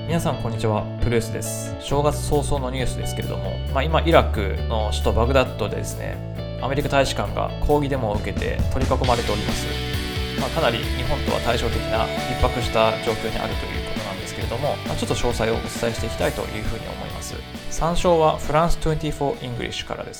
皆さんこんにちは、プルースです。正月早々のニュースですけれども、今イラクの首都バグダッドでですね、アメリカ大使館が抗議デモを受けて取り囲まれております。かなり日本とは対照的な逼迫した状況にあるということなんですけれども、ちょっと詳細をお伝えしていきたいというふうに思います。参照はフランス24 English からです。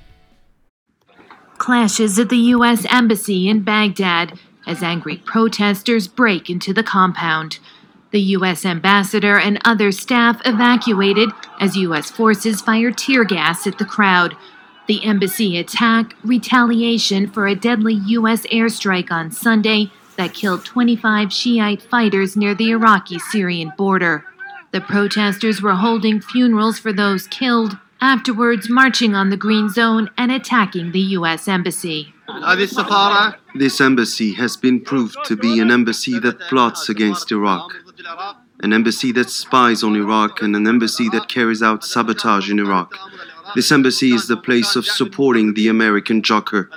Clashes at the U.S. Embassy in Baghdad as angry protesters break into the compound. The U.S. ambassador and other staff evacuated as U.S. forces fired tear gas at the crowd. The embassy attack, retaliation for a deadly U.S. airstrike on Sunday that killed 25 Shiite fighters near the Iraqi-Syrian border. The protesters were holding funerals for those killed, afterwards marching on the Green Zone and attacking the U.S. Embassy. This embassy has been proved to be an embassy that plots against Iraq, an embassy that spies on Iraq, and an embassy that carries out sabotage in Iraq. This embassy is the place of supporting the American Joker.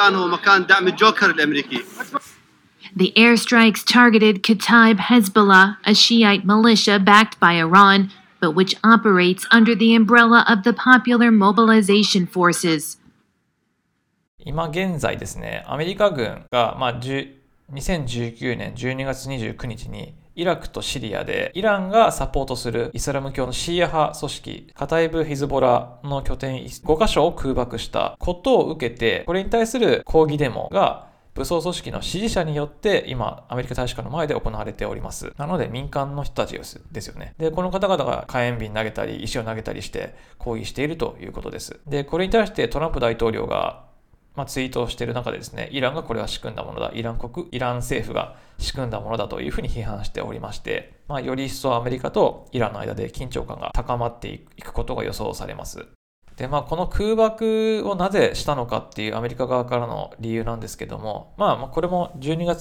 The airstrikes targeted Kataib Hezbollah, a Shiite militia backed by Iran, but which operates under the umbrella of the Popular Mobilization Forces. 今現在ですね、アメリカ軍が、2019年12月29日にイラクとシリアでイランがサポートするイスラム教のシーア派組織カタイブ・ヒズボラの拠点5カ所を空爆したことを受けて、これに対する抗議デモが武装組織の支持者によって今アメリカ大使館の前で行われております。なので民間の人たちですよね。で、この方々が火炎瓶投げたり石を投げたりして抗議しているということです。で、これに対してトランプ大統領がツイートをしている中でですね、イランがこれは仕組んだものだ、イラン政府が仕組んだものだというふうに批判しておりまして、より一層アメリカとイランの間で緊張感が高まっていくことが予想されます。で、この空爆をなぜしたのかっていうアメリカ側からの理由なんですけども、これも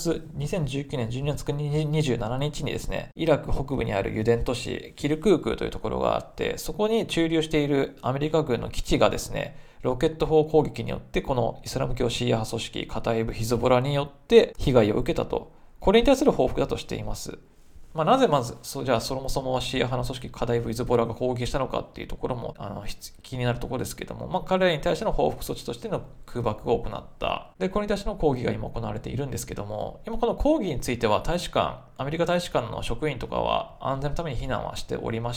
2019年12月27日にですね、イラク北部にある油田都市キルクークというところがあって、そこに駐留しているアメリカ軍の基地がですね、ロケット砲攻撃によってこのイスラム教シーア派組織カタイブ・ヒズボラによって被害を受けたと、これに対する報復だとしています。なぜじゃあそもそもシーア派の組織カタイブ・ヒズボラが攻撃したのかっていうところも気になるところですけども、彼らに対しての報復措置としての空爆を行った。で、これに対しての抗議が今行われているんですけども、今この抗議についてはアメリカ大使館の職員とかは安全のために避難はしておりまして、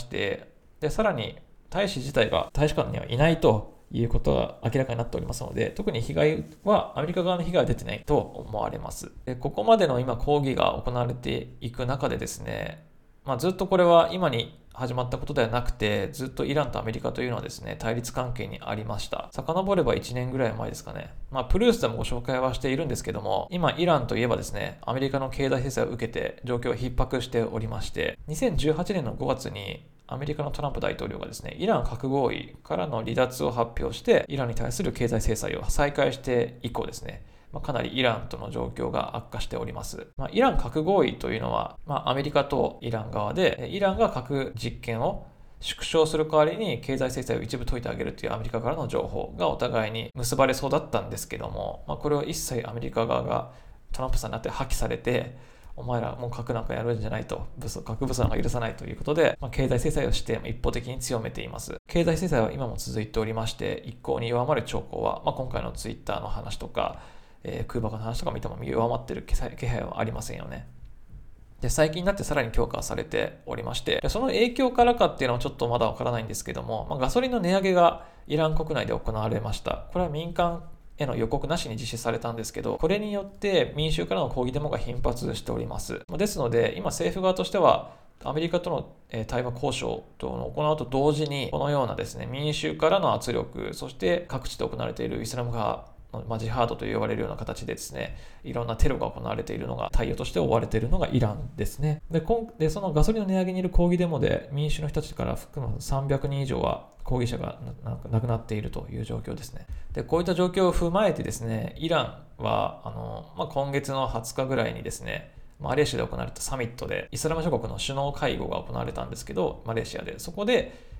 で、さらに大使自体が大使館にはいないということが明らかになっておりますので、特に被害はアメリカ側の被害は出てないと思われます。で、ここまでの今抗議が行われていく中でですね、ずっとこれは今に始まったことではなくて、ずっとイランとアメリカというのはですね、対立関係にありました。遡れば1年ぐらい前ですかね。プルースでもご紹介はしているんですけども、今イランといえばですね、アメリカの経済制裁を受けて状況が逼迫しておりまして、2018年の5月にアメリカのトランプ大統領がですね、イラン核合意からの離脱を発表して、イランに対する経済制裁を再開して以降ですね、かなりイランとの状況が悪化しております。イラン核合意というのは、アメリカとイラン側で、イランが核実験を縮小する代わりに経済制裁を一部解いてあげるというアメリカからの情報がお互いに結ばれそうだったんですけども、これを一切アメリカ側がトランプさんになって破棄されて、お前らもう核なんかやるんじゃないと、核武装なんか許さないということで、経済制裁をして一方的に強めています。経済制裁は今も続いておりまして、一向に弱まる兆候は、今回のツイッターの話とか、空爆の話とか見ても弱まっている気配はありませんよね。で、最近になってさらに強化されておりまして、その影響からかっていうのはちょっとまだわからないんですけども、ガソリンの値上げがイラン国内で行われました。これは民間への予告なしに実施されたんですけど、これによって民衆からの抗議デモが頻発しております。ですので、今政府側としてはアメリカとの対話交渉との行うと同時に、このようなですね、民衆からの圧力、そして各地で行われているイスラム派ジハードと呼ばれるような形でですね、いろんなテロが行われているのが対応として追われているのがイランですね。で、そのガソリンの値上げによる抗議デモで民主の人たちから含む300人以上は抗議者が亡くなっているという状況ですね。で、こういった状況を踏まえてですね、イランは今月の20日ぐらいにですね、マレーシアで行われたサミットでイスラム諸国の首脳会合が行われたんですけど、マレーシアでそこで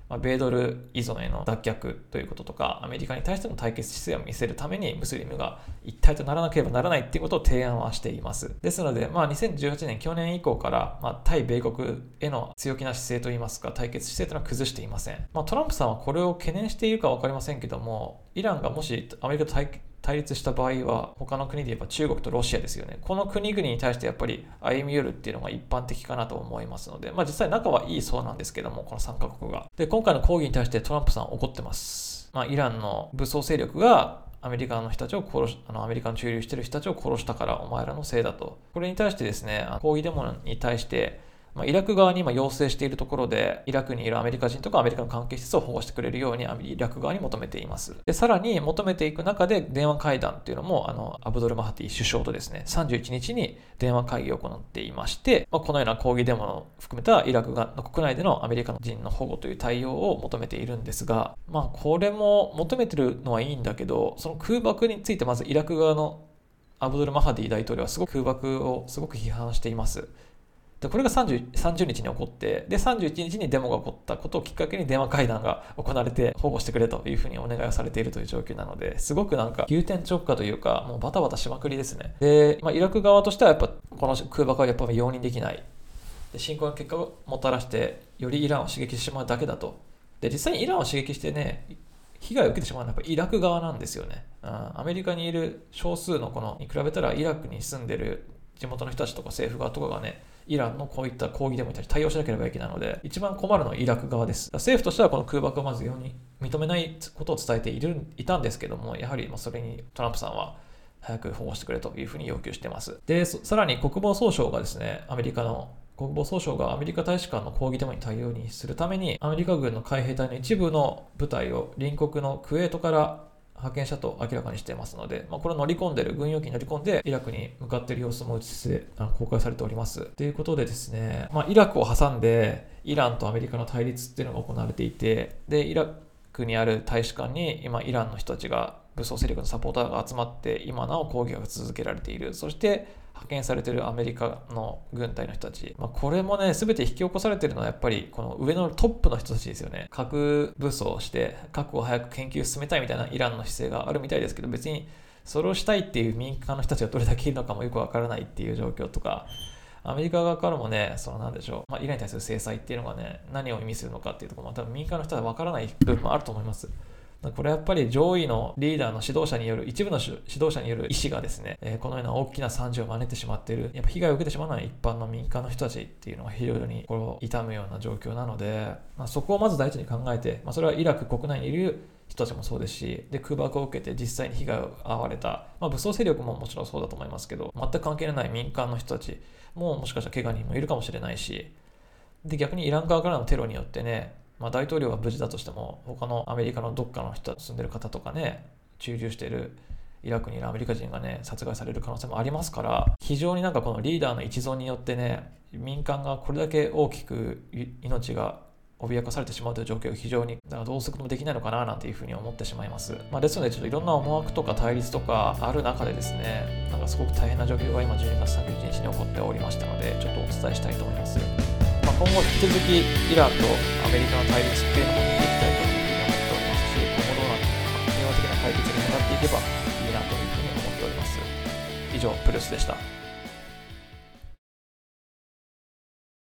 米ドル依存への脱却ということとか、アメリカに対しての対決姿勢を見せるためにムスリムが一体とならなければならないということを提案はしています。ですので、2018年、去年以降から、対米国への強気な姿勢といいますか、対決姿勢というのは崩していません。トランプさんはこれを懸念しているか分かりませんけども、イランがもしアメリカと対立した場合は、他の国で言えば中国とロシアですよね。この国々に対してやっぱり歩み寄るっていうのが一般的かなと思いますので、実際仲はいいそうなんですけども、この3カ国が。で、今回の抗議に対してトランプさん怒ってます。イランの武装勢力がアメリカの人たちをアメリカの駐留している人たちを殺したからお前らのせいだと。これに対してですね、抗議デモに対してイラク側に今要請しているところで、イラクにいるアメリカ人とかアメリカの関係施設を保護してくれるようにイラク側に求めています。で、さらに求めていく中で電話会談っていうのも、アブドル・マハティ首相とですね、31日に電話会議を行っていまして、このような抗議デモを含めたイラクの国内でのアメリカ人の保護という対応を求めているんですが、これも求めてるのはいいんだけど、その空爆についてまずイラク側のアブドル・マハディ大統領は空爆をすごく批判しています。で、これが30日に起こって、で、31日にデモが起こったことをきっかけに電話会談が行われて保護してくれというふうにお願いをされているという状況なので、すごく急転直下というか、もうバタバタしまくりですね。で、イラク側としてはやっぱこの空爆はやっぱり容認できない。で、侵攻の結果をもたらして、よりイランを刺激してしまうだけだと。で、実際にイランを刺激してね、被害を受けてしまうのはやっぱイラク側なんですよね。アメリカにいる少数のに比べたらイラクに住んでる地元の人たちとか政府側とかがね、イランのこういった抗議デモに対して対応しなければいけないので、一番困るのはイラク側です。政府としてはこの空爆をまず認めないことを伝えていたんですけども、やはりそれにトランプさんは早く保護してくれというふうに要求しています。で、さらに国防総省がですね、アメリカの国防総省がアメリカ大使館の抗議デモに対応にするために、アメリカ軍の海兵隊の一部の部隊を隣国のクウェートから派遣したと明らかにしていますので、これを軍用機に乗り込んでイラクに向かっている様子も映して公開されております。ということでですね、イラクを挟んでイランとアメリカの対立っていうのが行われていて、で、イラクにある大使館に今イランの人たちが武装勢力のサポーターが集まって今なお抗議が続けられている。そして派遣されているアメリカの軍隊の人たち、これもね、全て引き起こされているのはやっぱりこの上のトップの人たちですよね。核武装して核を早く研究進めたいみたいなイランの姿勢があるみたいですけど、別にそれをしたいっていう民間の人たちがどれだけいるのかもよくわからないっていう状況とか、アメリカ側からもね、なんでしょう、イランに対する制裁っていうのがね、何を意味するのかっていうところも多分民間の人はわからない部分もあると思います。これはやっぱり上位のリーダーの一部の指導者による意思がですね、このような大きな惨事を招いてしまっている、やっぱ被害を受けてしまうのは一般の民間の人たちっていうのが非常に心を痛むような状況なので、そこをまず第一に考えて、それはイラク国内にいる人たちもそうですし、で、空爆を受けて実際に被害を遭われた、武装勢力ももちろんそうだと思いますけど、全く関係のない民間の人たちももしかしたら怪我人もいるかもしれないし、で、逆にイラン側からのテロによってね、大統領は無事だとしても、他のアメリカのどっかの人住んでる方とかね、駐留しているイラクにいるアメリカ人がね、殺害される可能性もありますから、非常にこのリーダーの一存によってね、民間がこれだけ大きく命が脅かされてしまうという状況が非常にどうすることもできないのかななんていうふうに思ってしまいます。ですのでちょっといろんな思惑とか対立とかある中でですね、すごく大変な状況が今12月31日に起こっておりましたので、ちょっとお伝えしたいと思います。今後引き続きイランとアメリカの対立っていうのも見ていきたいというふうに思っておりますし、今後どうなっていくか、平和的な解決に向かっていけばいいなというふうに思っております。以上、プルスでした。